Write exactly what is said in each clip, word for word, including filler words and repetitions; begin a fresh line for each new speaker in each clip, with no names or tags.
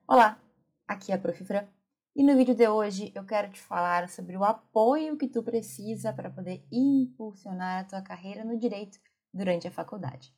Olá, aqui é a Prof Fran e no vídeo de hoje eu quero te falar sobre o apoio que tu precisa para poder impulsionar a tua carreira no direito durante a faculdade.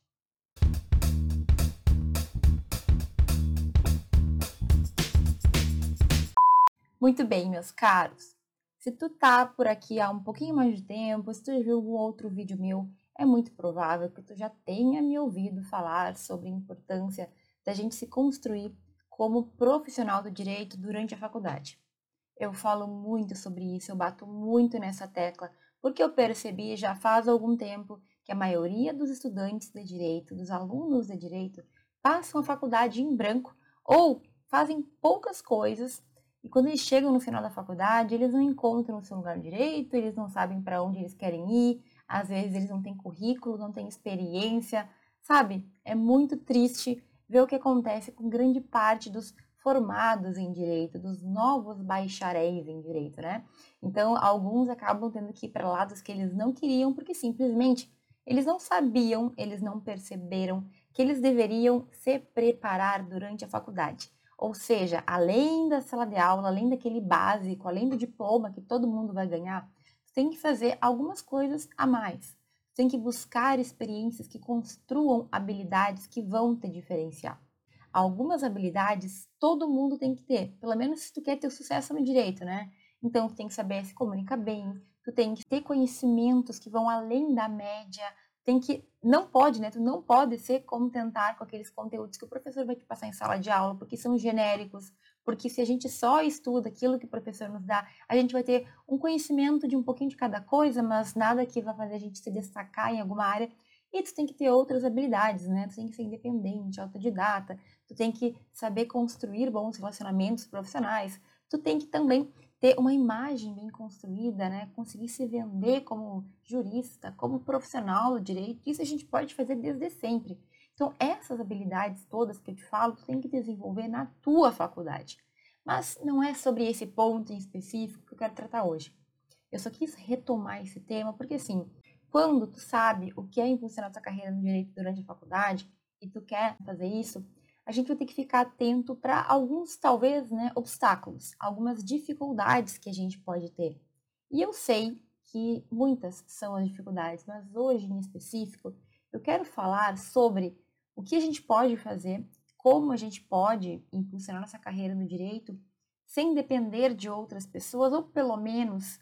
Muito bem, meus caros. Se tu tá por aqui há um pouquinho mais de tempo, se tu já viu algum outro vídeo meu, é muito provável que tu já tenha me ouvido falar sobre a importância da gente se construir como profissional do direito durante a faculdade. Eu falo muito sobre isso, eu bato muito nessa tecla, porque eu percebi já faz algum tempo que a maioria dos estudantes de direito, dos alunos de direito, passam a faculdade em branco ou fazem poucas coisas e quando eles chegam no final da faculdade, eles não encontram o seu lugar no direito, eles não sabem para onde eles querem ir, às vezes eles não têm currículo, não têm experiência, sabe? É muito triste ver o que acontece com grande parte dos formados em direito, dos novos bacharéis em direito, né? Então, alguns acabam tendo que ir para lados que eles não queriam, porque simplesmente eles não sabiam, eles não perceberam que eles deveriam se preparar durante a faculdade. Ou seja, além da sala de aula, além daquele básico, além do diploma que todo mundo vai ganhar, você tem que fazer algumas coisas a mais. Você tem que buscar experiências que construam habilidades que vão te diferenciar. Algumas habilidades todo mundo tem que ter, pelo menos se tu quer ter sucesso no direito, né? Então, tu tem que saber se comunicar bem, tu tem que ter conhecimentos que vão além da média, tem que, não pode, né? Tu não pode se contentar com aqueles conteúdos que o professor vai te passar em sala de aula, porque são genéricos, porque se a gente só estuda aquilo que o professor nos dá, a gente vai ter um conhecimento de um pouquinho de cada coisa, mas nada que vai fazer a gente se destacar em alguma área. E tu tem que ter outras habilidades, né? Tu tem que ser independente, autodidata, tu tem que saber construir bons relacionamentos profissionais, tu tem que também ter uma imagem bem construída, né? Conseguir se vender como jurista, como profissional do direito, isso a gente pode fazer desde sempre. Então, essas habilidades todas que eu te falo, tu tem que desenvolver na tua faculdade. Mas não é sobre esse ponto em específico que eu quero tratar hoje. Eu só quis retomar esse tema porque, assim, quando tu sabe o que é impulsionar tua carreira no direito durante a faculdade e tu quer fazer isso, a gente vai ter que ficar atento para alguns, talvez, né, obstáculos, algumas dificuldades que a gente pode ter. E eu sei que muitas são as dificuldades, mas hoje em específico eu quero falar sobre o que a gente pode fazer, como a gente pode impulsionar nossa carreira no direito sem depender de outras pessoas, ou pelo menos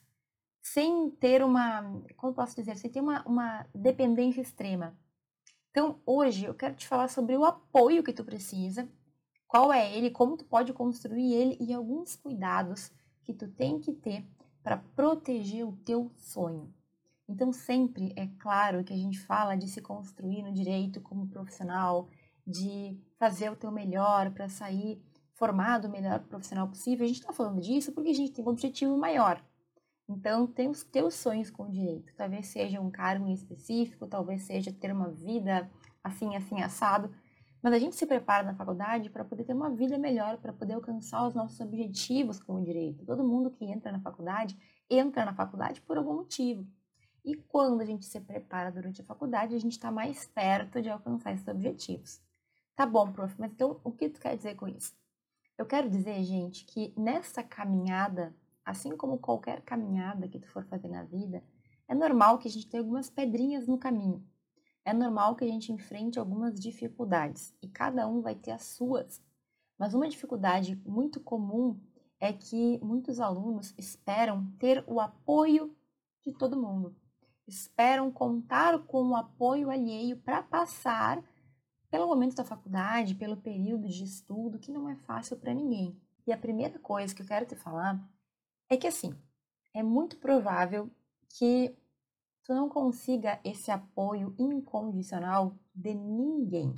sem ter uma, como posso dizer, sem ter uma, uma dependência extrema. Então, hoje eu quero te falar sobre o apoio que tu precisa, qual é ele, como tu pode construir ele e alguns cuidados que tu tem que ter para proteger o teu sonho. Então, sempre é claro que a gente fala de se construir no direito como profissional, de fazer o teu melhor para sair formado o melhor profissional possível. A gente está falando disso porque a gente tem um objetivo maior. Então, tem os teus sonhos com o direito. Talvez seja um cargo em específico, talvez seja ter uma vida assim, assim, assado. Mas a gente se prepara na faculdade para poder ter uma vida melhor, para poder alcançar os nossos objetivos com o direito. Todo mundo que entra na faculdade, entra na faculdade por algum motivo. E quando a gente se prepara durante a faculdade, a gente está mais perto de alcançar esses objetivos. Tá bom, prof, mas então o que tu quer dizer com isso? Eu quero dizer, gente, que nessa caminhada, assim como qualquer caminhada que tu for fazer na vida, é normal que a gente tenha algumas pedrinhas no caminho. É normal que a gente enfrente algumas dificuldades e cada um vai ter as suas. Mas uma dificuldade muito comum é que muitos alunos esperam ter o apoio de todo mundo. Esperam contar com o apoio alheio para passar pelo momento da faculdade, pelo período de estudo, que não é fácil para ninguém. E a primeira coisa que eu quero te falar é que, assim, é muito provável que tu não consiga esse apoio incondicional de ninguém.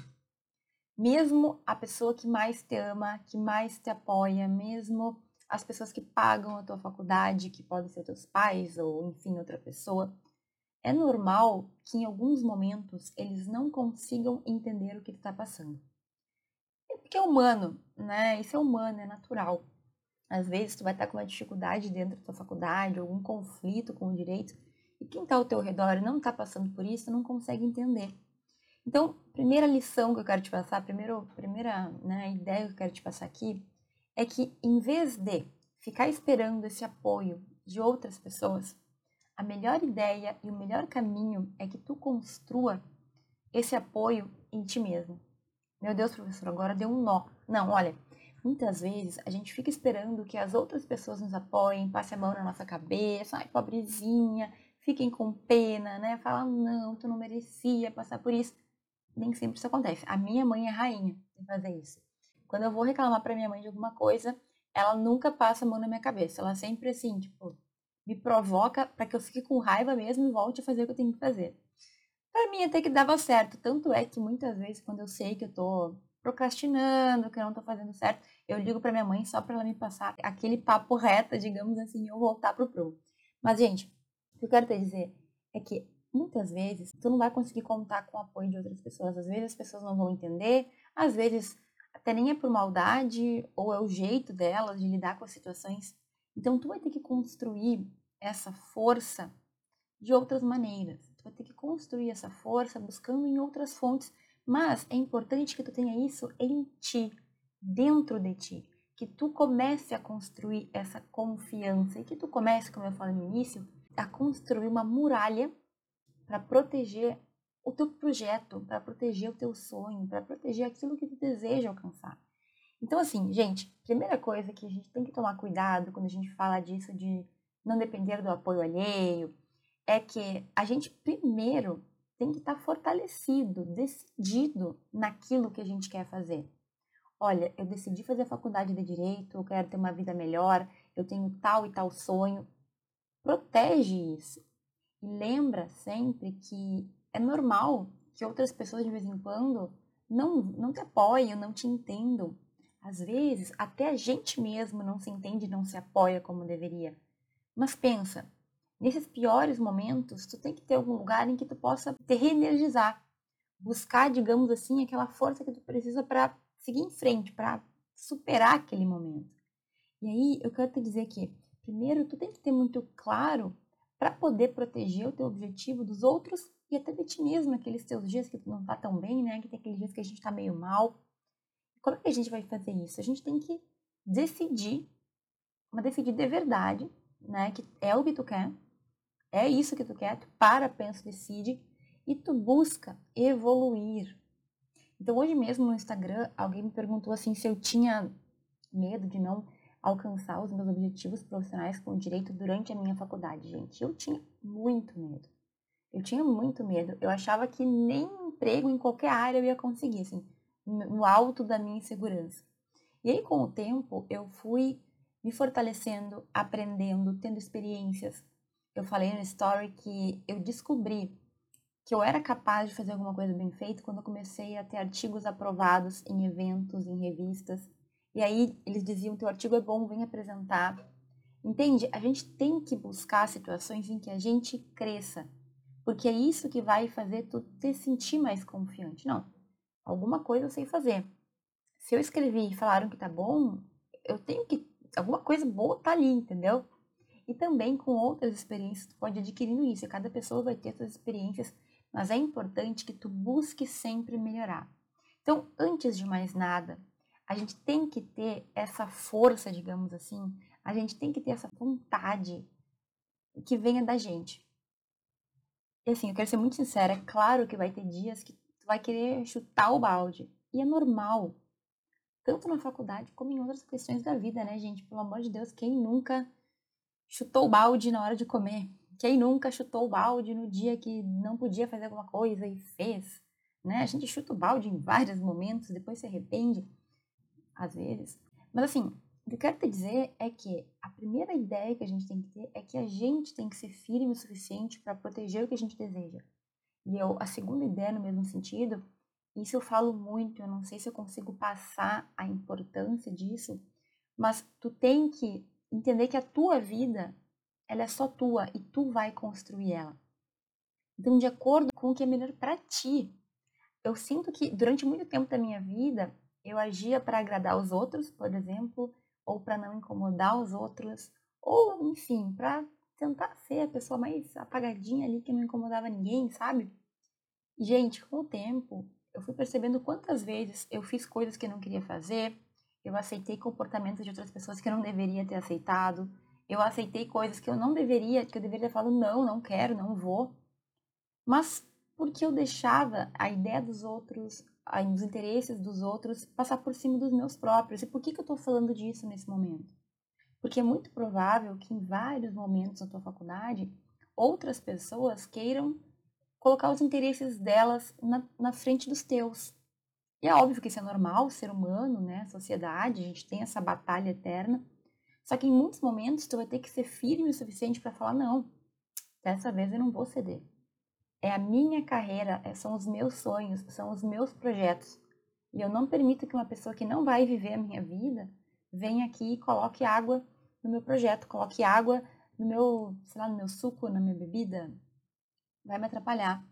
Mesmo a pessoa que mais te ama, que mais te apoia, mesmo as pessoas que pagam a tua faculdade, que podem ser teus pais ou, enfim, outra pessoa, é normal que em alguns momentos eles não consigam entender o que tu está passando. É porque é humano, né? Isso é humano, é natural. Às vezes tu vai estar com uma dificuldade dentro da tua faculdade, algum conflito com o direito, e quem está ao teu redor e não está passando por isso, não consegue entender. Então, primeira lição que eu quero te passar, primeiro, primeira né, ideia que eu quero te passar aqui, é que em vez de ficar esperando esse apoio de outras pessoas, a melhor ideia e o melhor caminho é que tu construa esse apoio em ti mesmo. Meu Deus, professor, agora deu um nó. Não, olha, muitas vezes a gente fica esperando que as outras pessoas nos apoiem, passem a mão na nossa cabeça, ai, pobrezinha, fiquem com pena, né? Falam, não, tu não merecia passar por isso. Nem sempre isso acontece. A minha mãe é rainha em fazer isso. Quando eu vou reclamar pra minha mãe de alguma coisa, ela nunca passa a mão na minha cabeça. Ela sempre assim, tipo, me provoca pra que eu fique com raiva mesmo e volte a fazer o que eu tenho que fazer. Pra mim até que dava certo. Tanto é que muitas vezes quando eu sei que eu tô procrastinando, que eu não tô fazendo certo, eu ligo pra minha mãe só pra ela me passar aquele papo reto, digamos assim, e eu voltar pro prumo. Mas, gente, o que eu quero te dizer é que muitas vezes tu não vai conseguir contar com o apoio de outras pessoas. Às vezes as pessoas não vão entender, às vezes até nem é por maldade ou é o jeito delas de lidar com as situações. Então tu vai ter que construir essa força de outras maneiras. Tu vai ter que construir essa força buscando em outras fontes, mas é importante que tu tenha isso em ti, dentro de ti, que tu comece a construir essa confiança e que tu comece, como eu falei no início, a construir uma muralha para proteger o teu projeto, para proteger o teu sonho, para proteger aquilo que tu deseja alcançar. Então, assim, gente, primeira coisa que a gente tem que tomar cuidado quando a gente fala disso de não depender do apoio alheio, é que a gente primeiro tem que estar fortalecido, decidido naquilo que a gente quer fazer. Olha, eu decidi fazer a faculdade de Direito, eu quero ter uma vida melhor, eu tenho tal e tal sonho. Protege isso. E lembra sempre que é normal que outras pessoas de vez em quando não, não te apoiem, não te entendam. Às vezes, até a gente mesmo não se entende, não se apoia como deveria. Mas pensa, nesses piores momentos, tu tem que ter algum lugar em que tu possa te reenergizar. Buscar, digamos assim, aquela força que tu precisa para seguir em frente, para superar aquele momento. E aí, eu quero te dizer que, primeiro, tu tem que ter muito claro para poder proteger o teu objetivo dos outros e até de ti mesmo, naqueles teus dias que tu não tá tão bem, né? Que tem aqueles dias que a gente tá meio mal. Como é que a gente vai fazer isso? A gente tem que decidir, uma decidir de verdade, né? Que é o que tu quer, é isso que tu quer, tu para, pensa, decide e tu busca evoluir. Então, hoje mesmo no Instagram, alguém me perguntou assim se eu tinha medo de não alcançar os meus objetivos profissionais com direito durante a minha faculdade, gente. Eu tinha muito medo. Eu tinha muito medo. Eu achava que nem emprego em qualquer área eu ia conseguir, assim, no alto da minha insegurança. E aí, com o tempo, eu fui me fortalecendo, aprendendo, tendo experiências. Eu falei no story que eu descobri que eu era capaz de fazer alguma coisa bem feita quando eu comecei a ter artigos aprovados em eventos, em revistas. E aí eles diziam, teu artigo é bom, vem apresentar. Entende? A gente tem que buscar situações em que a gente cresça, porque é isso que vai fazer tu te sentir mais confiante. Não, alguma coisa eu sei fazer. Se eu escrevi e falaram que tá bom, eu tenho que... alguma coisa boa tá ali, entendeu? E também com outras experiências, tu pode ir adquirindo isso. E cada pessoa vai ter suas experiências, mas é importante que tu busque sempre melhorar. Então, antes de mais nada, a gente tem que ter essa força, digamos assim, a gente tem que ter essa vontade que venha da gente. E assim, eu quero ser muito sincera, é claro que vai ter dias que tu vai querer chutar o balde. E é normal, tanto na faculdade como em outras questões da vida, né, gente? Pelo amor de Deus, quem nunca chutou o balde na hora de comer? Quem nunca chutou o balde no dia que não podia fazer alguma coisa e fez? Né? A gente chuta o balde em vários momentos, depois se arrepende, às vezes. Mas assim, o que eu quero te dizer é que a primeira ideia que a gente tem que ter é que a gente tem que ser firme o suficiente para proteger o que a gente deseja. E eu, a segunda ideia, no mesmo sentido, isso eu falo muito, eu não sei se eu consigo passar a importância disso, mas tu tem que entender que a tua vida, ela é só tua e tu vai construir ela. Então, de acordo com o que é melhor para ti. Eu sinto que durante muito tempo da minha vida, eu agia para agradar os outros, por exemplo, ou para não incomodar os outros, ou, enfim, para tentar ser a pessoa mais apagadinha ali que não incomodava ninguém, sabe? E, gente, com o tempo, eu fui percebendo quantas vezes eu fiz coisas que eu não queria fazer, eu aceitei comportamentos de outras pessoas que eu não deveria ter aceitado, eu aceitei coisas que eu não deveria, que eu deveria ter falado, não, não quero, não vou. Mas porque eu deixava a ideia dos outros, os interesses dos outros, passar por cima dos meus próprios. E por que, que eu estou falando disso nesse momento? Porque é muito provável que em vários momentos da tua faculdade, outras pessoas queiram colocar os interesses delas na, na frente dos teus. E é óbvio que isso é normal, ser humano, né? Sociedade, a gente tem essa batalha eterna. Só que em muitos momentos tu vai ter que ser firme o suficiente para falar, não, dessa vez eu não vou ceder. É a minha carreira, são os meus sonhos, são os meus projetos. E eu não permito que uma pessoa que não vai viver a minha vida venha aqui e coloque água no meu projeto, coloque água no meu, sei lá, no meu suco, na minha bebida. Vai me atrapalhar.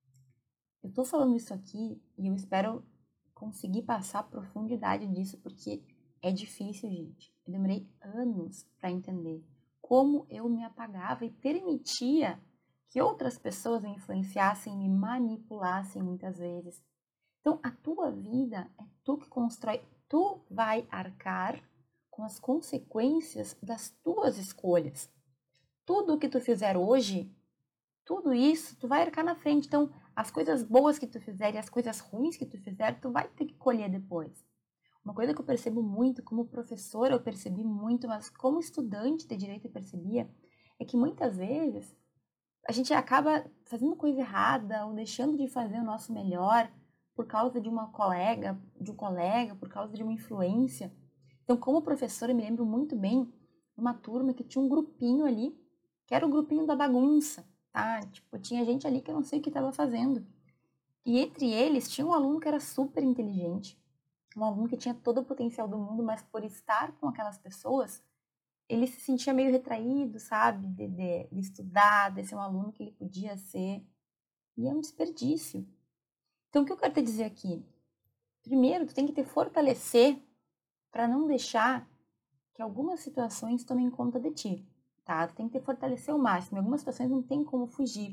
Eu tô falando isso aqui e eu espero conseguir passar a profundidade disso, porque é difícil, gente. Eu demorei anos para entender como eu me apagava e permitia que outras pessoas me influenciassem, me manipulassem muitas vezes. Então, a tua vida é tu que constrói, tu vai arcar com as consequências das tuas escolhas. Tudo o que tu fizer hoje, tudo isso, tu vai arcar na frente. Então, as coisas boas que tu fizer e as coisas ruins que tu fizer, tu vai ter que colher depois. Uma coisa que eu percebo muito, como professora eu percebi muito, mas como estudante de direito eu percebia, é que muitas vezes a gente acaba fazendo coisa errada ou deixando de fazer o nosso melhor por causa de uma colega, de um colega, por causa de uma influência. Então, como professora, eu me lembro muito bem uma turma que tinha um grupinho ali, que era o grupinho da bagunça, tá? Tipo, tinha gente ali que eu não sei o que estava fazendo. E entre eles tinha um aluno que era super inteligente, um aluno que tinha todo o potencial do mundo, mas por estar com aquelas pessoas, ele se sentia meio retraído, sabe? De, de, de estudar, de ser um aluno que ele podia ser. E é um desperdício. Então, o que eu quero te dizer aqui? Primeiro, tu tem que te fortalecer para não deixar que algumas situações tomem conta de ti, tá? Tu tem que te fortalecer ao máximo. Em algumas situações não tem como fugir.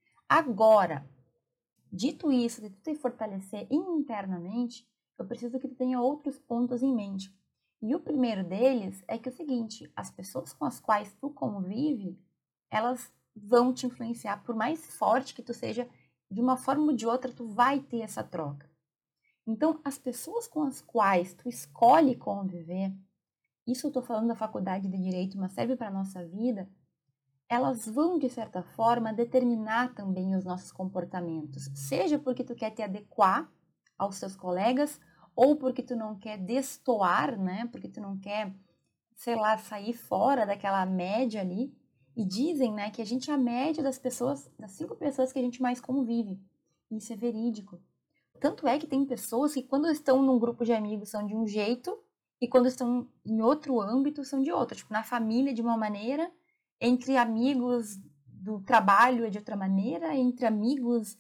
Agora, dito isso, de tu te fortalecer internamente, eu preciso que tu tenha outros pontos em mente. E o primeiro deles é que é o seguinte, as pessoas com as quais tu convive, elas vão te influenciar, por mais forte que tu seja, de uma forma ou de outra, tu vai ter essa troca. Então, as pessoas com as quais tu escolhe conviver, isso eu estou falando da faculdade de Direito, mas serve para a nossa vida, elas vão, de certa forma, determinar também os nossos comportamentos. Seja porque tu quer te adequar aos seus colegas, ou porque tu não quer destoar, né? Porque tu não quer, sei lá, sair fora daquela média ali. E dizem, né, que a gente é a média das pessoas, das cinco pessoas que a gente mais convive. Isso é verídico. Tanto é que tem pessoas que quando estão num grupo de amigos são de um jeito, e quando estão em outro âmbito são de outro. Tipo, na família de uma maneira, entre amigos do trabalho é de outra maneira, entre amigos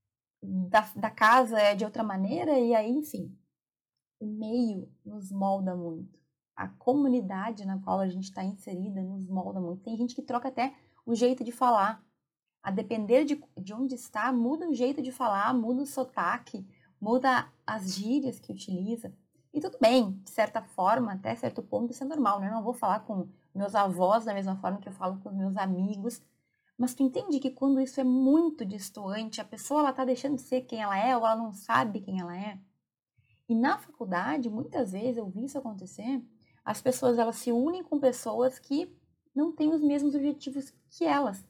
da, da casa é de outra maneira, e aí, enfim, o meio nos molda muito. A comunidade na qual a gente está inserida nos molda muito. Tem gente que troca até o jeito de falar. A depender de, de onde está, muda o jeito de falar, muda o sotaque, muda as gírias que utiliza. E tudo bem, de certa forma, até certo ponto, isso é normal, né? Eu não vou falar com meus avós da mesma forma que eu falo com os meus amigos. Mas tu entende que quando isso é muito distoante, a pessoa ela tá deixando de ser quem ela é ou ela não sabe quem ela é. E na faculdade, muitas vezes eu vi isso acontecer, as pessoas elas se unem com pessoas que não têm os mesmos objetivos que elas.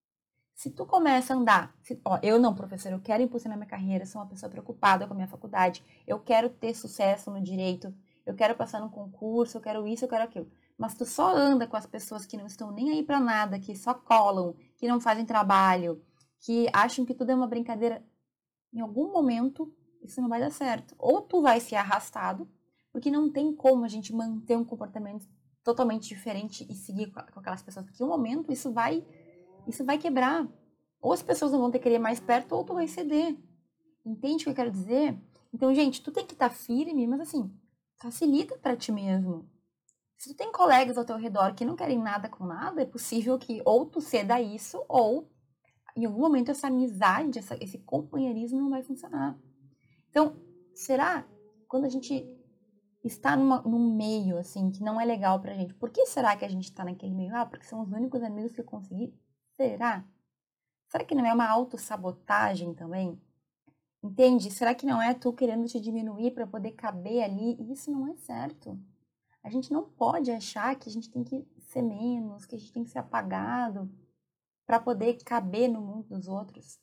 Se tu começa a andar, se, ó, eu não, professor, eu quero impulsionar minha carreira, sou uma pessoa preocupada com a minha faculdade, eu quero ter sucesso no direito, eu quero passar num concurso, eu quero isso, eu quero aquilo. Mas tu só anda com as pessoas que não estão nem aí pra nada, que só colam, que não fazem trabalho, que acham que tudo é uma brincadeira. Em algum momento, isso não vai dar certo. Ou tu vai ser arrastado, porque não tem como a gente manter um comportamento totalmente diferente e seguir com aquelas pessoas, porque em um momento isso vai Isso vai quebrar. Ou as pessoas não vão te querer mais perto, ou tu vai ceder. Entende o que eu quero dizer? Então, gente, tu tem que estar firme, mas assim, facilita para ti mesmo. Se tu tem colegas ao teu redor que não querem nada com nada, é possível que ou tu ceda a isso, ou em algum momento essa amizade, essa, esse companheirismo não vai funcionar. Então, será quando a gente está numa, num meio, assim, que não é legal pra gente. Por que será que a gente tá naquele meio? Ah, porque são os únicos amigos que eu consegui? Será? Será que não é uma autossabotagem também? Entende? Será que não é tu querendo te diminuir para poder caber ali? E isso não é certo. A gente não pode achar que a gente tem que ser menos, que a gente tem que ser apagado para poder caber no mundo dos outros.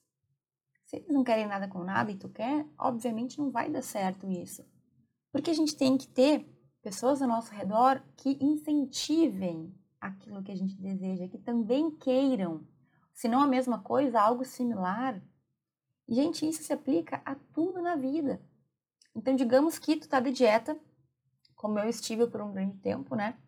Se eles não querem nada com nada e tu quer, obviamente não vai dar certo isso. Porque a gente tem que ter pessoas ao nosso redor que incentivem aquilo que a gente deseja, que também queiram, se não a mesma coisa, algo similar. E, gente, isso se aplica a tudo na vida. Então, digamos que tu tá de dieta, como eu estive por um grande tempo, né?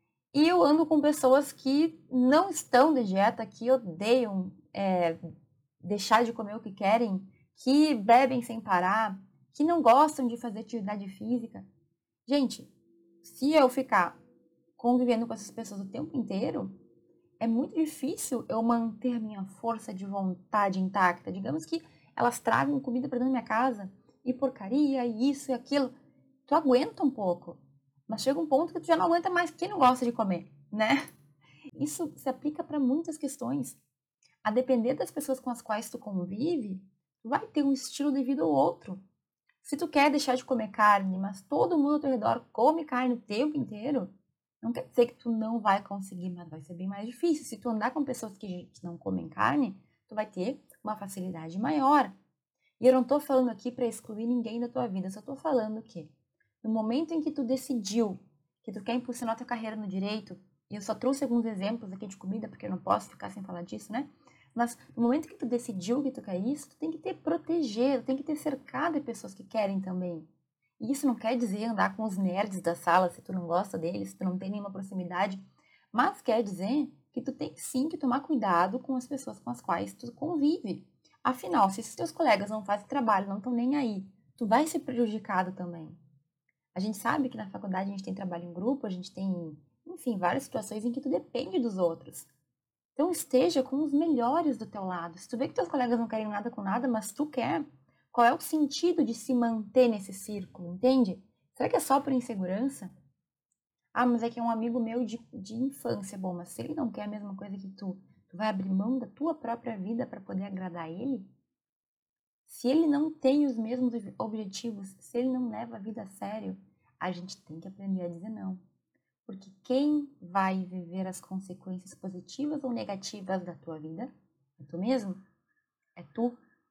E eu ando com pessoas que não estão de dieta, que odeiam é, deixar de comer o que querem, que bebem sem parar, que não gostam de fazer atividade física. Gente, se eu ficar convivendo com essas pessoas o tempo inteiro, é muito difícil eu manter minha força de vontade intacta. Digamos que elas tragam comida para dentro da minha casa e porcaria, e isso e aquilo. Tu aguenta um pouco, mas chega um ponto que tu já não aguenta mais quem não gosta de comer, né? Isso se aplica para muitas questões. A depender das pessoas com as quais tu convive, tu vai ter um estilo de vida ou outro. Se tu quer deixar de comer carne, mas todo mundo ao teu redor come carne o tempo inteiro, não quer dizer que tu não vai conseguir, mas vai ser bem mais difícil. Se tu andar com pessoas que não comem carne, tu vai ter uma facilidade maior. E eu não tô falando aqui para excluir ninguém da tua vida, só tô falando que no momento em que tu decidiu que tu quer impulsionar tua carreira no direito, e eu só trouxe alguns exemplos aqui de comida, porque eu não posso ficar sem falar disso, né? Mas no momento que tu decidiu que tu quer isso, tu tem que ter proteger, tu tem que ter cercado de pessoas que querem também. E isso não quer dizer andar com os nerds da sala se tu não gosta deles, se tu não tem nenhuma proximidade, mas quer dizer que tu tem sim que tomar cuidado com as pessoas com as quais tu convive. Afinal, se os teus colegas não fazem trabalho, não estão nem aí, tu vai ser prejudicado também. A gente sabe que na faculdade a gente tem trabalho em grupo, a gente tem, enfim, várias situações em que tu depende dos outros. Então esteja com os melhores do teu lado. Se tu vê que teus colegas não querem nada com nada, mas tu quer, qual é o sentido de se manter nesse círculo, entende? Será que é só por insegurança? Ah, mas é que é um amigo meu de, de infância. Bom, mas se ele não quer a mesma coisa que tu, tu vai abrir mão da tua própria vida para poder agradar ele? Se ele não tem os mesmos objetivos, se ele não leva a vida a sério, a gente tem que aprender a dizer não. Porque quem vai viver as consequências positivas ou negativas da tua vida é tu mesmo, é tu.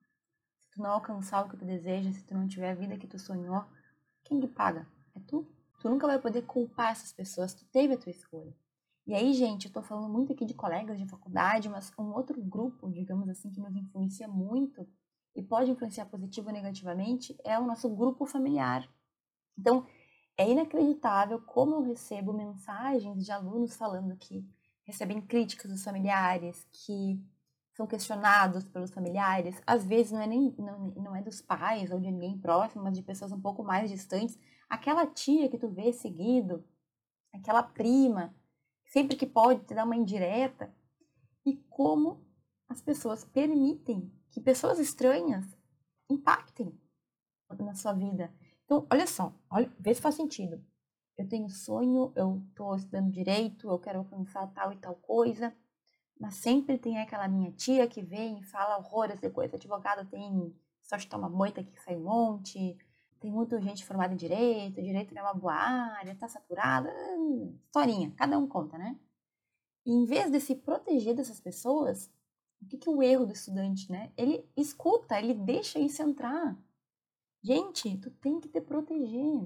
Se tu não alcançar o que tu deseja, se tu não tiver a vida que tu sonhou, quem lhe paga? É tu. Tu nunca vai poder culpar essas pessoas, tu teve a tua escolha. E aí, gente, eu tô falando muito aqui de colegas de faculdade, mas um outro grupo, digamos assim, que nos influencia muito e pode influenciar positivo ou negativamente é o nosso grupo familiar. Então, é inacreditável como eu recebo mensagens de alunos falando que recebem críticas dos familiares, que são questionados pelos familiares. Às vezes não é nem não, não é dos pais ou de ninguém próximo, mas de pessoas um pouco mais distantes. Aquela tia que tu vê seguido, aquela prima, sempre que pode te dar uma indireta. E como as pessoas permitem que pessoas estranhas impactem na sua vida. Então, olha só, olha, vê se faz sentido. Eu tenho sonho, eu estou estudando direito, eu quero alcançar tal e tal coisa, mas sempre tem aquela minha tia que vem e fala horrores de coisa. Advogado tem sorte de tomar moita que sai um monte, tem muita gente formada em direito, direito não é uma boa área, tá saturada, hum, historinha, cada um conta, né? E em vez de se proteger dessas pessoas, o que, que é o erro do estudante, né? Ele escuta, ele deixa isso entrar. Gente, tu tem que te proteger.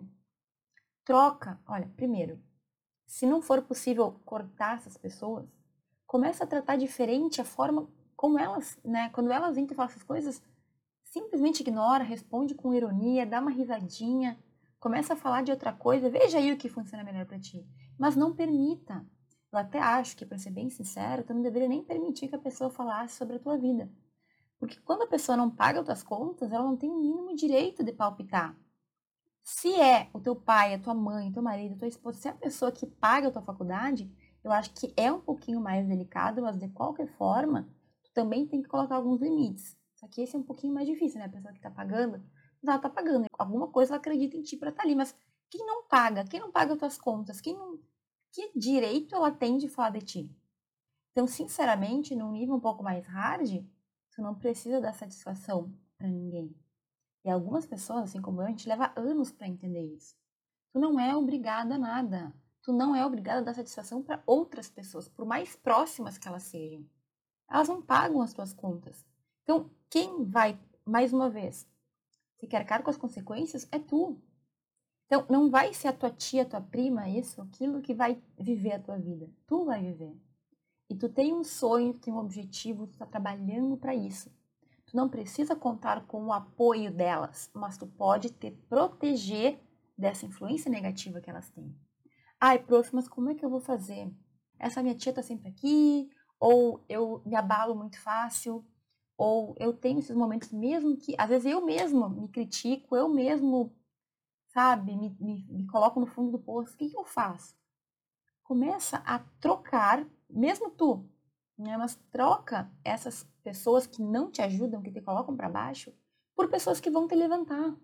Troca. Olha, primeiro, se não for possível cortar essas pessoas, começa a tratar diferente a forma como elas, né? Quando elas vêm te falar essas coisas, simplesmente ignora, responde com ironia, dá uma risadinha, começa a falar de outra coisa, veja aí o que funciona melhor para ti. Mas não permita. Eu até acho que, para ser bem sincero, tu não deveria nem permitir que a pessoa falasse sobre a tua vida. Porque quando a pessoa não paga as tuas contas, ela não tem o mínimo direito de palpitar. Se é o teu pai, a tua mãe, o teu marido, a tua esposa, se é a pessoa que paga a tua faculdade, eu acho que é um pouquinho mais delicado, mas de qualquer forma, tu também tem que colocar alguns limites. Só que esse é um pouquinho mais difícil, né? A pessoa que tá pagando, ela tá pagando. Alguma coisa ela acredita em ti pra estar tá ali, mas Quem não paga? Quem não paga as tuas contas? Quem não... Que direito ela tem de falar de ti? Então, sinceramente, num nível um pouco mais hard, tu não precisa dar satisfação para ninguém. E algumas pessoas, assim como eu, a gente leva anos para entender isso. Tu não é obrigada a nada. Tu não é obrigada a dar satisfação para outras pessoas, por mais próximas que elas sejam. Elas não pagam as tuas contas. Então, quem vai, mais uma vez, se quer arcar com as consequências é tu. Então, não vai ser a tua tia, a tua prima, isso, aquilo que vai viver a tua vida. Tu vai viver. E tu tem um sonho, tu tem um objetivo, tu tá trabalhando para isso. Tu não precisa contar com o apoio delas, mas tu pode te proteger dessa influência negativa que elas têm. Ai, prof, mas como é que eu vou fazer? Essa minha tia tá sempre aqui, ou eu me abalo muito fácil, ou eu tenho esses momentos mesmo que, às vezes eu mesmo me critico, eu mesmo, sabe, me, me, me coloco no fundo do poço. O que, que eu faço? Começa a trocar, mesmo tu, né, mas troca essas pessoas que não te ajudam, que te colocam para baixo, por pessoas que vão te levantar.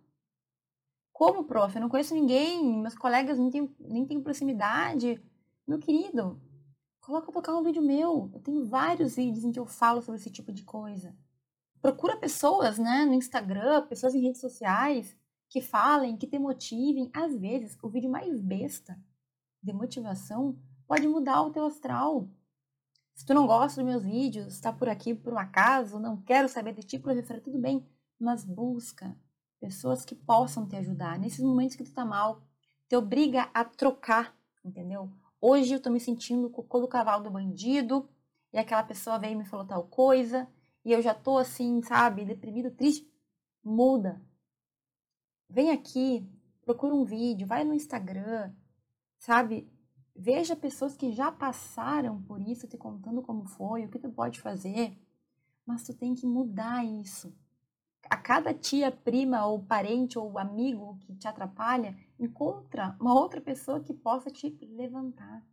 Como, prof? Eu não conheço ninguém, meus colegas nem têm, nem têm proximidade. Meu querido, coloca pra tocar um vídeo meu. Eu tenho vários vídeos em que eu falo sobre esse tipo de coisa. Procura pessoas, né, no Instagram, pessoas em redes sociais, que falem, que te motivem. Às vezes, o vídeo mais besta de motivação pode mudar o teu astral. Se tu não gosta dos meus vídeos, está por aqui por um acaso, não quero saber de ti, professora, tudo bem, mas busca pessoas que possam te ajudar. Nesses momentos que tu tá mal, te obriga a trocar, entendeu? Hoje eu tô me sentindo cocô do cavalo do bandido, e aquela pessoa veio e me falou tal coisa, e eu já tô assim, sabe, deprimido, triste. Muda. Vem aqui, procura um vídeo, vai no Instagram, sabe? Veja pessoas que já passaram por isso, te contando como foi, o que tu pode fazer, mas tu tem que mudar isso. A cada tia, prima ou parente ou amigo que te atrapalha, encontra uma outra pessoa que possa te levantar,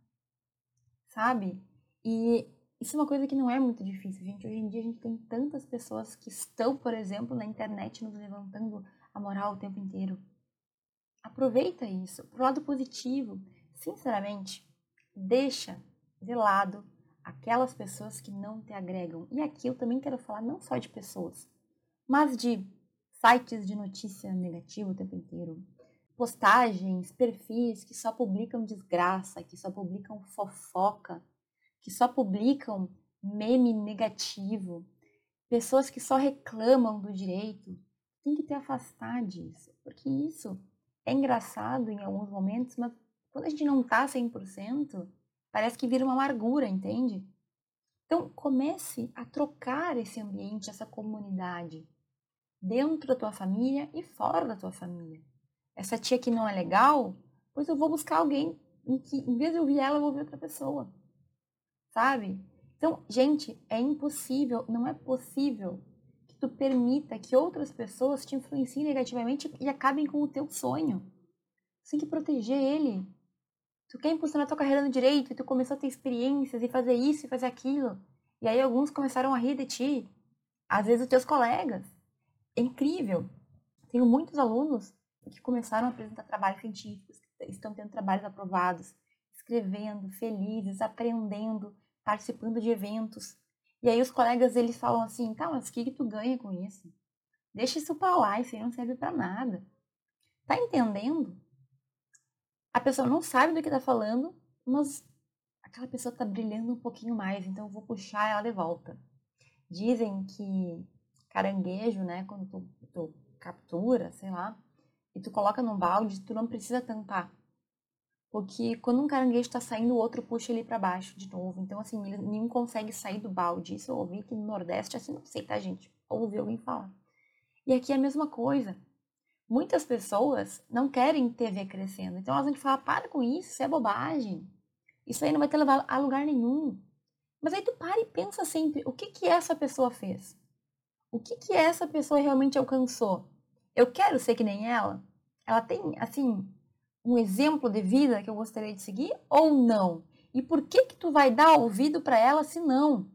sabe? E isso é uma coisa que não é muito difícil, gente. Hoje em dia a gente tem tantas pessoas que estão, por exemplo, na internet nos levantando a moral o tempo inteiro. Aproveita isso pro lado positivo. Sinceramente, deixa de lado aquelas pessoas que não te agregam. E aqui eu também quero falar não só de pessoas, mas de sites de notícia negativa o tempo inteiro. Postagens, perfis que só publicam desgraça, que só publicam fofoca, que só publicam meme negativo. Pessoas que só reclamam do direito. Tem que te afastar disso, porque isso é engraçado em alguns momentos, mas quando a gente não tá cem por cento, parece que vira uma amargura, entende? Então, comece a trocar esse ambiente, essa comunidade, dentro da tua família e fora da tua família. Essa tia que não é legal, pois eu vou buscar alguém em que, em vez de ouvir ela, eu vou ouvir outra pessoa, sabe? Então, gente, é impossível, não é possível que tu permita que outras pessoas te influenciem negativamente e acabem com o teu sonho. Você tem que proteger ele. Tu quer impulsionar tua carreira no direito e tu começou a ter experiências e fazer isso e fazer aquilo. E aí alguns começaram a rir de ti. Às vezes os teus colegas. É incrível. Tenho muitos alunos que começaram a apresentar trabalhos científicos, que estão tendo trabalhos aprovados, escrevendo, felizes, aprendendo, participando de eventos. E aí os colegas, eles falam assim, tá, mas o que, que tu ganha com isso? Deixa isso pra lá, isso aí não serve pra nada. Tá entendendo? A pessoa não sabe do que tá falando, mas aquela pessoa tá brilhando um pouquinho mais, então eu vou puxar ela de volta. Dizem que caranguejo, né, quando tu, tu captura, sei lá, e tu coloca num balde, tu não precisa tampar. Porque quando um caranguejo tá saindo, o outro puxa ele para baixo de novo. Então, assim, ele, nenhum consegue sair do balde. Isso eu ouvi que no Nordeste, assim, não sei, tá, gente? Ouvi alguém falar. E aqui é a mesma coisa. Muitas pessoas não querem T V crescendo. Então, elas vão te falar, para com isso, isso é bobagem. Isso aí não vai te levar a lugar nenhum. Mas aí tu para e pensa sempre, o que que essa pessoa fez? O que que essa pessoa realmente alcançou? Eu quero ser que nem ela? Ela tem, assim, um exemplo de vida que eu gostaria de seguir ou não? E por que que tu vai dar ouvido para ela se não?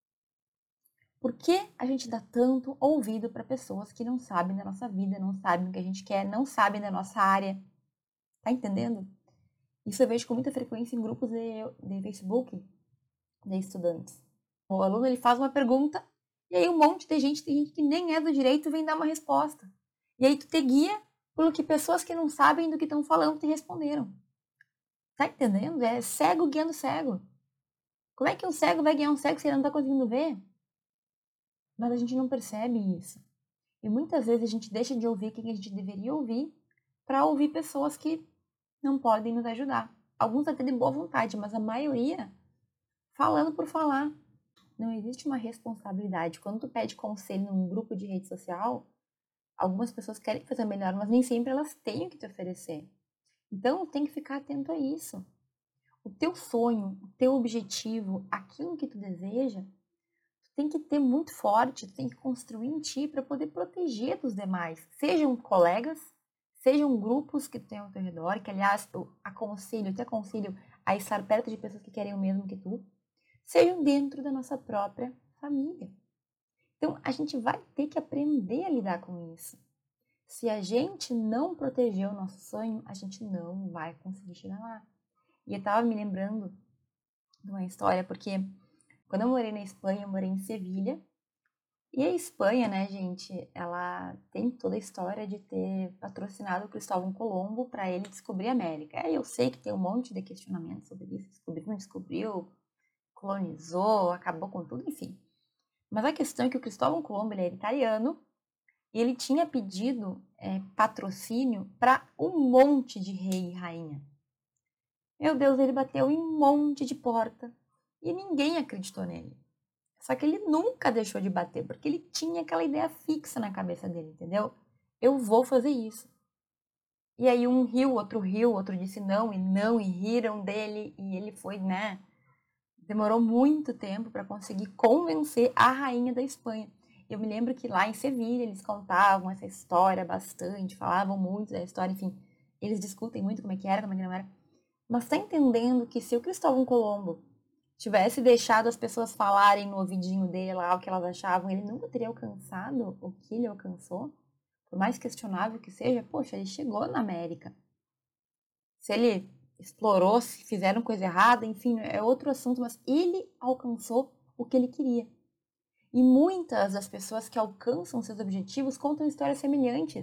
Por que a gente dá tanto ouvido para pessoas que não sabem da nossa vida, não sabem o que a gente quer, não sabem da nossa área? Tá entendendo? Isso eu vejo com muita frequência em grupos de, de Facebook de estudantes. O aluno ele faz uma pergunta e aí um monte de gente, tem gente que nem é do direito, vem dar uma resposta. E aí tu te guia pelo que pessoas que não sabem do que estão falando te responderam. Tá entendendo? É cego guiando cego. Como é que um cego vai guiar um cego se ele não tá conseguindo ver? Mas a gente não percebe isso. E muitas vezes a gente deixa de ouvir quem a gente deveria ouvir para ouvir pessoas que não podem nos ajudar. Alguns até de boa vontade, mas a maioria falando por falar. Não existe uma responsabilidade. Quando tu pede conselho num grupo de rede social, algumas pessoas querem fazer melhor, mas nem sempre elas têm o que te oferecer. Então, tem que ficar atento a isso. O teu sonho, o teu objetivo, aquilo que tu deseja, tu tem que ter muito forte, tu tem que construir em ti para poder proteger dos demais. Sejam colegas, sejam grupos que tu tem ao teu redor, que aliás, eu aconselho, eu te aconselho a estar perto de pessoas que querem o mesmo que tu, sejam dentro da nossa própria família. Então, a gente vai ter que aprender a lidar com isso. Se a gente não proteger o nosso sonho, a gente não vai conseguir chegar lá. E eu tava me lembrando de uma história, porque quando eu morei na Espanha, eu morei em Sevilha. E a Espanha, né, gente, ela tem toda a história de ter patrocinado o Cristóvão Colombo para ele descobrir a América. Aí eu sei que tem um monte de questionamentos sobre isso, descobriu, não descobriu, colonizou, acabou com tudo, enfim. Mas a questão é que o Cristóvão Colombo, ele era italiano, e ele tinha pedido é, patrocínio para um monte de rei e rainha. Meu Deus, ele bateu em um monte de porta e ninguém acreditou nele. Só que ele nunca deixou de bater, porque ele tinha aquela ideia fixa na cabeça dele, entendeu? Eu vou fazer isso. E aí um riu, outro riu, outro disse não e não, e riram dele, e ele foi, né? Demorou muito tempo para conseguir convencer a rainha da Espanha. Eu me lembro que lá em Sevilha eles contavam essa história bastante, falavam muito da história, enfim, eles discutem muito como é que era, como é que não era. Mas tá entendendo que se o Cristóvão Colombo tivesse deixado as pessoas falarem no ouvidinho dele lá o que elas achavam, ele nunca teria alcançado o que ele alcançou? Por mais questionável que seja, poxa, ele chegou na América. Se ele explorou, se fizeram coisa errada, enfim, é outro assunto, mas ele alcançou o que ele queria. E muitas das pessoas que alcançam seus objetivos contam histórias semelhantes.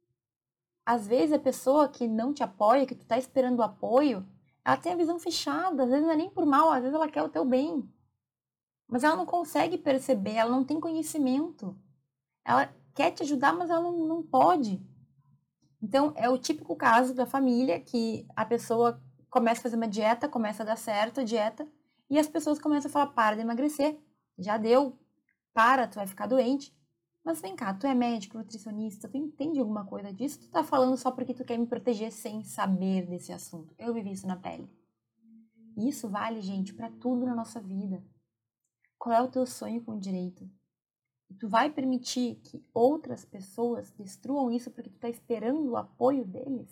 Às vezes a pessoa que não te apoia, que tu tá esperando o apoio, ela tem a visão fechada, às vezes não é nem por mal, às vezes ela quer o teu bem. Mas ela não consegue perceber, ela não tem conhecimento. Ela quer te ajudar, mas ela não, não pode. Então, é o típico caso da família que a pessoa começa a fazer uma dieta, começa a dar certo a dieta, e as pessoas começam a falar, para de emagrecer, já deu, para, tu vai ficar doente. Mas vem cá, tu é médico, nutricionista, tu entende alguma coisa disso? Tu tá falando só porque tu quer me proteger sem saber desse assunto. Eu vivi isso na pele. E isso vale, gente, para tudo na nossa vida. Qual é o teu sonho com o direito? E tu vai permitir que outras pessoas destruam isso porque tu tá esperando o apoio deles?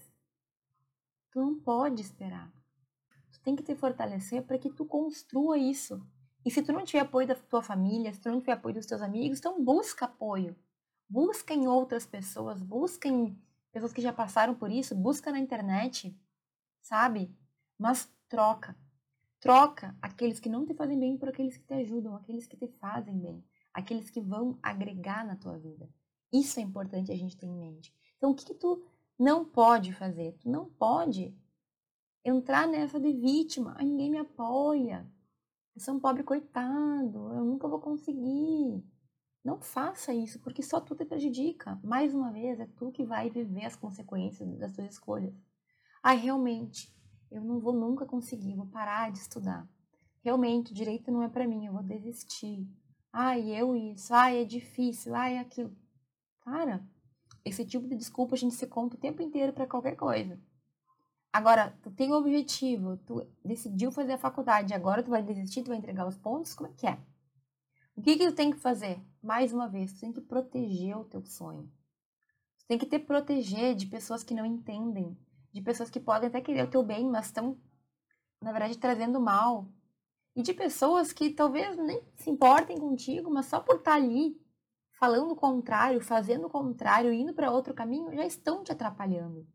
Tu não pode esperar. Tu tem que te fortalecer para que tu construa isso. E se tu não tiver apoio da tua família, se tu não tiver apoio dos teus amigos, então busca apoio. Busca em outras pessoas, busca em pessoas que já passaram por isso, busca na internet, sabe? Mas troca. Troca aqueles que não te fazem bem por aqueles que te ajudam, aqueles que te fazem bem, aqueles que vão agregar na tua vida. Isso é importante a gente ter em mente. Então, o que, que tu não pode fazer? Tu não pode entrar nessa de vítima. Ai, ninguém me apoia. Eu sou um pobre coitado. Eu nunca vou conseguir. Não faça isso, porque só tu te prejudica. Mais uma vez, é tu que vai viver as consequências das tuas escolhas. Ai, realmente, eu não vou nunca conseguir, vou parar de estudar. Realmente, direito não é pra mim, eu vou desistir. Ai, eu isso, ai, é difícil, ai, aquilo. Para. Esse tipo de desculpa a gente se conta o tempo inteiro pra qualquer coisa. Agora, tu tem um objetivo, tu decidiu fazer a faculdade, agora tu vai desistir, tu vai entregar os pontos, como é que é? O que que tu tem que fazer? Mais uma vez, tu tem que proteger o teu sonho. Tu tem que te proteger de pessoas que não entendem, de pessoas que podem até querer o teu bem, mas estão, na verdade, trazendo mal. E de pessoas que talvez nem se importem contigo, mas só por estar ali, falando o contrário, fazendo o contrário, indo para outro caminho, já estão te atrapalhando.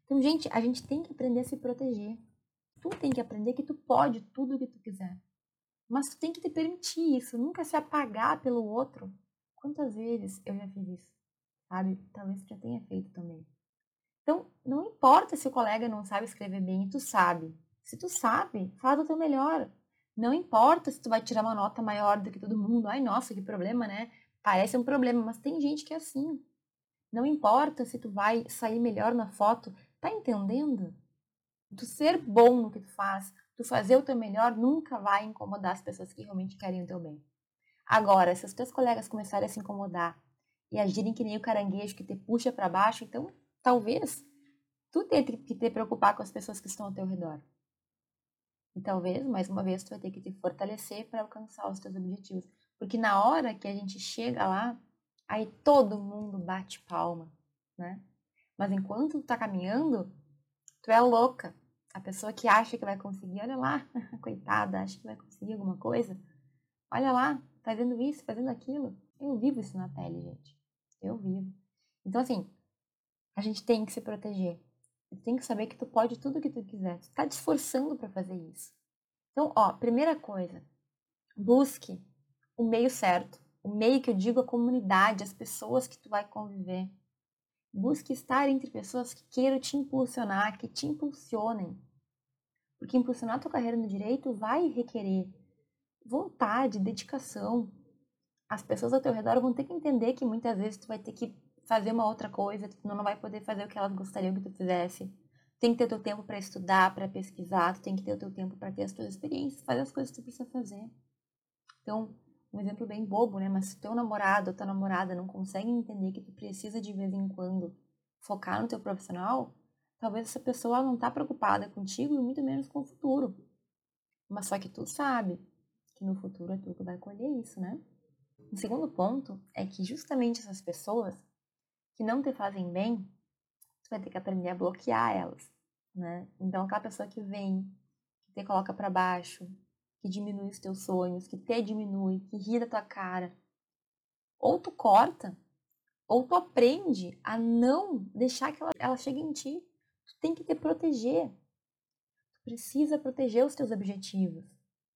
Então, gente, a gente tem que aprender a se proteger. Tu tem que aprender que tu pode tudo o que tu quiser. Mas tu tem que te permitir isso, nunca se apagar pelo outro. Quantas vezes eu já fiz isso, sabe? Talvez tu já tenha feito também. Então, não importa se o colega não sabe escrever bem e tu sabe. Se tu sabe, faz o teu melhor. Não importa se tu vai tirar uma nota maior do que todo mundo. Ai, nossa, que problema, né? Parece um problema, mas tem gente que é assim. Não importa se tu vai sair melhor na foto. Tá entendendo? Tu ser bom no que tu faz, tu fazer o teu melhor, nunca vai incomodar as pessoas que realmente querem o teu bem. Agora, se os teus colegas começarem a se incomodar e agirem que nem o caranguejo que te puxa para baixo, então talvez tu tenha que te preocupar com as pessoas que estão ao teu redor. E talvez, mais uma vez, tu vai ter que te fortalecer para alcançar os teus objetivos. Porque na hora que a gente chega lá, aí todo mundo bate palma, né? Mas enquanto tu tá caminhando, tu é louca. A pessoa que acha que vai conseguir, olha lá, coitada, acha que vai conseguir alguma coisa. Olha lá, fazendo isso, fazendo aquilo. Eu vivo isso na pele, gente. Eu vivo. Então, assim, a gente tem que se proteger. Tu tem que saber que tu pode tudo o que tu quiser. Tu tá te esforçando para fazer isso. Então, ó, primeira coisa, busque o meio certo. O meio que eu digo, a comunidade, as pessoas que tu vai conviver. Busque estar entre pessoas que queiram te impulsionar, que te impulsionem. Porque impulsionar a tua carreira no direito vai requerer vontade, dedicação. As pessoas ao teu redor vão ter que entender que muitas vezes tu vai ter que fazer uma outra coisa, tu não vai poder fazer o que elas gostariam que tu fizesse. Tem que ter o teu tempo para estudar, para pesquisar, tu tem que ter o teu tempo para ter as tuas experiências, fazer as coisas que tu precisa fazer. Então, um exemplo bem bobo, né? Mas se teu namorado ou tua namorada não consegue entender que tu precisa de vez em quando focar no teu profissional, talvez essa pessoa não tá preocupada contigo e muito menos com o futuro. Mas só que tu sabe que no futuro é tu que vai colher isso, né? O segundo ponto é que justamente essas pessoas que não te fazem bem, tu vai ter que aprender a bloquear elas, né? Então, aquela pessoa que vem, que te coloca para baixo, que diminui os teus sonhos, que te diminui, que ri da tua cara, ou tu corta, ou tu aprende a não deixar que ela, ela chegue em ti. Tu tem que te proteger. Tu precisa proteger os teus objetivos.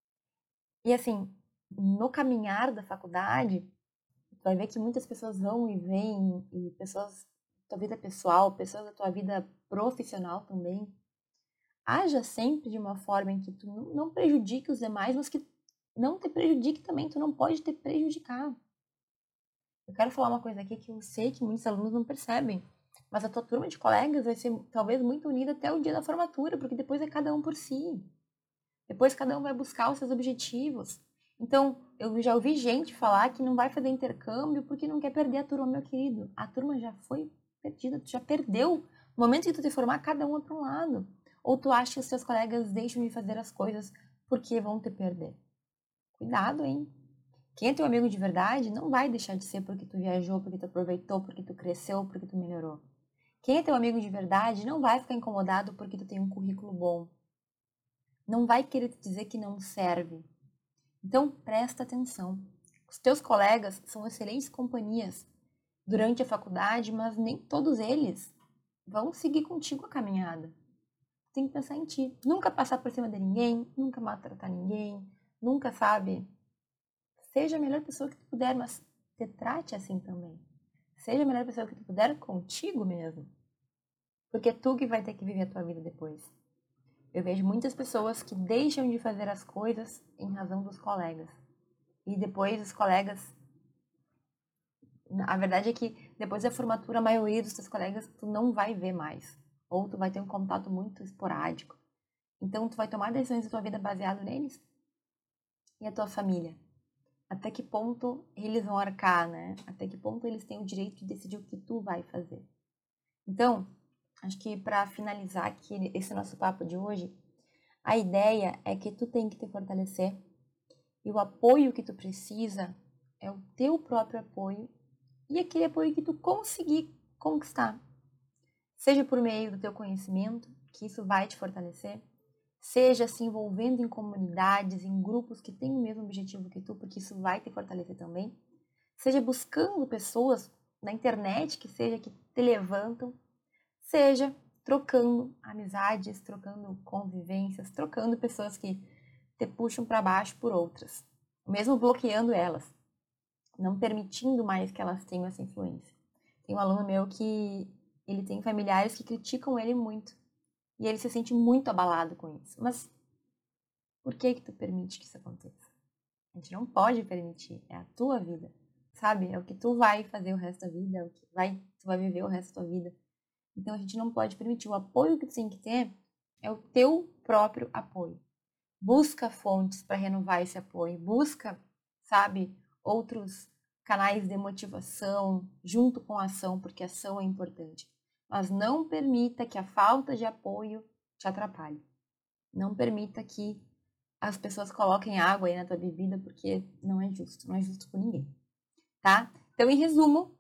E assim, no caminhar da faculdade, tu vai ver que muitas pessoas vão e vêm, e pessoas da tua vida pessoal, pessoas da tua vida profissional também. Haja sempre de uma forma em que tu não prejudique os demais, mas que não te prejudique também, tu não pode te prejudicar. Eu quero falar uma coisa aqui que eu sei que muitos alunos não percebem, mas a tua turma de colegas vai ser talvez muito unida até o dia da formatura, porque depois é cada um por si. Depois cada um vai buscar os seus objetivos. Então, eu já ouvi gente falar que não vai fazer intercâmbio porque não quer perder a turma, meu querido. A turma já foi perdida, tu já perdeu. No momento que tu te formar, cada um é para um lado. Ou tu acha que os seus colegas deixam de fazer as coisas porque vão te perder. Cuidado, hein? Quem é teu amigo de verdade não vai deixar de ser porque tu viajou, porque tu aproveitou, porque tu cresceu, porque tu melhorou. Quem é teu amigo de verdade não vai ficar incomodado porque tu tem um currículo bom. Não vai querer te dizer que não serve. Então, presta atenção. Os teus colegas são excelentes companhias durante a faculdade, mas nem todos eles vão seguir contigo a caminhada. Tem que pensar em ti. Nunca passar por cima de ninguém, nunca maltratar ninguém, nunca, sabe? Seja a melhor pessoa que tu puder, mas te trate assim também. Seja a melhor pessoa que tu puder contigo mesmo. Porque é tu que vai ter que viver a tua vida depois. Eu vejo muitas pessoas que deixam de fazer as coisas em razão dos colegas. E depois os colegas... A verdade é que depois da formatura, a maioria dos teus colegas tu não vai ver mais. Ou tu vai ter um contato muito esporádico. Então tu vai tomar decisões da tua vida baseado neles. E a tua família? Até que ponto eles vão arcar, né? Até que ponto eles têm o direito de decidir o que tu vai fazer. Então, acho que para finalizar aqui esse nosso papo de hoje, a ideia é que tu tem que te fortalecer e o apoio que tu precisa é o teu próprio apoio e aquele apoio que tu conseguir conquistar. Seja por meio do teu conhecimento, que isso vai te fortalecer, seja se envolvendo em comunidades, em grupos que têm o mesmo objetivo que tu, porque isso vai te fortalecer também. Seja buscando pessoas na internet que seja que te levantam, seja trocando amizades, trocando convivências, trocando pessoas que te puxam para baixo por outras, mesmo bloqueando elas, não permitindo mais que elas tenham essa influência. Tem um aluno meu que ele tem familiares que criticam ele muito e ele se sente muito abalado com isso. Mas por que que tu permite que isso aconteça? A gente não pode permitir, é a tua vida, sabe? É o que tu vai fazer o resto da vida, é o que vai, tu vai viver o resto da tua vida. Então a gente não pode permitir. O apoio que tu tem que ter é o teu próprio apoio. Busca fontes para renovar esse apoio, busca, sabe, outros canais de motivação junto com a ação, porque a ação é importante. Mas não permita que a falta de apoio te atrapalhe. Não permita que as pessoas coloquem água aí na tua bebida, porque não é justo, não é justo com ninguém, tá? Então, em resumo,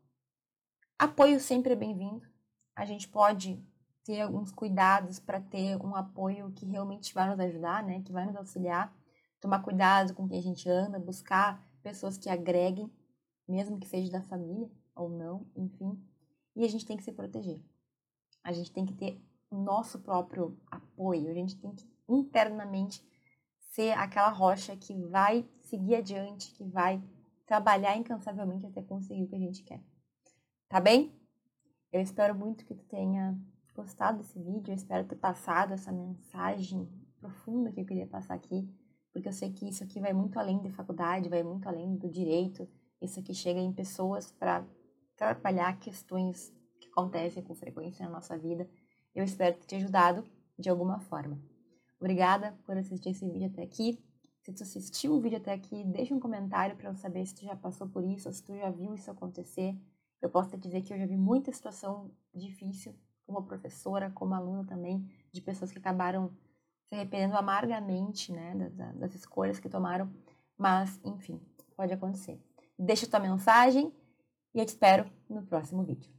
apoio sempre é bem-vindo. A gente pode ter alguns cuidados para ter um apoio que realmente vai nos ajudar, né? Que vai nos auxiliar. Tomar cuidado com quem a gente anda, buscar pessoas que agreguem, mesmo que seja da família ou não, enfim. E a gente tem que se proteger. A gente tem que ter o nosso próprio apoio. A gente tem que internamente ser aquela rocha que vai seguir adiante, que vai trabalhar incansavelmente até conseguir o que a gente quer. Tá bem? Eu espero muito que tu tenha gostado desse vídeo, eu espero ter passado essa mensagem profunda que eu queria passar aqui, porque eu sei que isso aqui vai muito além de faculdade, vai muito além do direito, isso aqui chega em pessoas para trabalhar questões que acontecem com frequência na nossa vida. Eu espero ter te ajudado de alguma forma. Obrigada por assistir esse vídeo até aqui. Se tu assistiu o vídeo até aqui, deixa um comentário para eu saber se tu já passou por isso, ou se tu já viu isso acontecer. Eu posso te dizer que eu já vi muita situação difícil, como professora, como aluna também, de pessoas que acabaram se arrependendo amargamente, né, das, das escolhas que tomaram. Mas, enfim, pode acontecer. Deixa tua mensagem e eu te espero no próximo vídeo.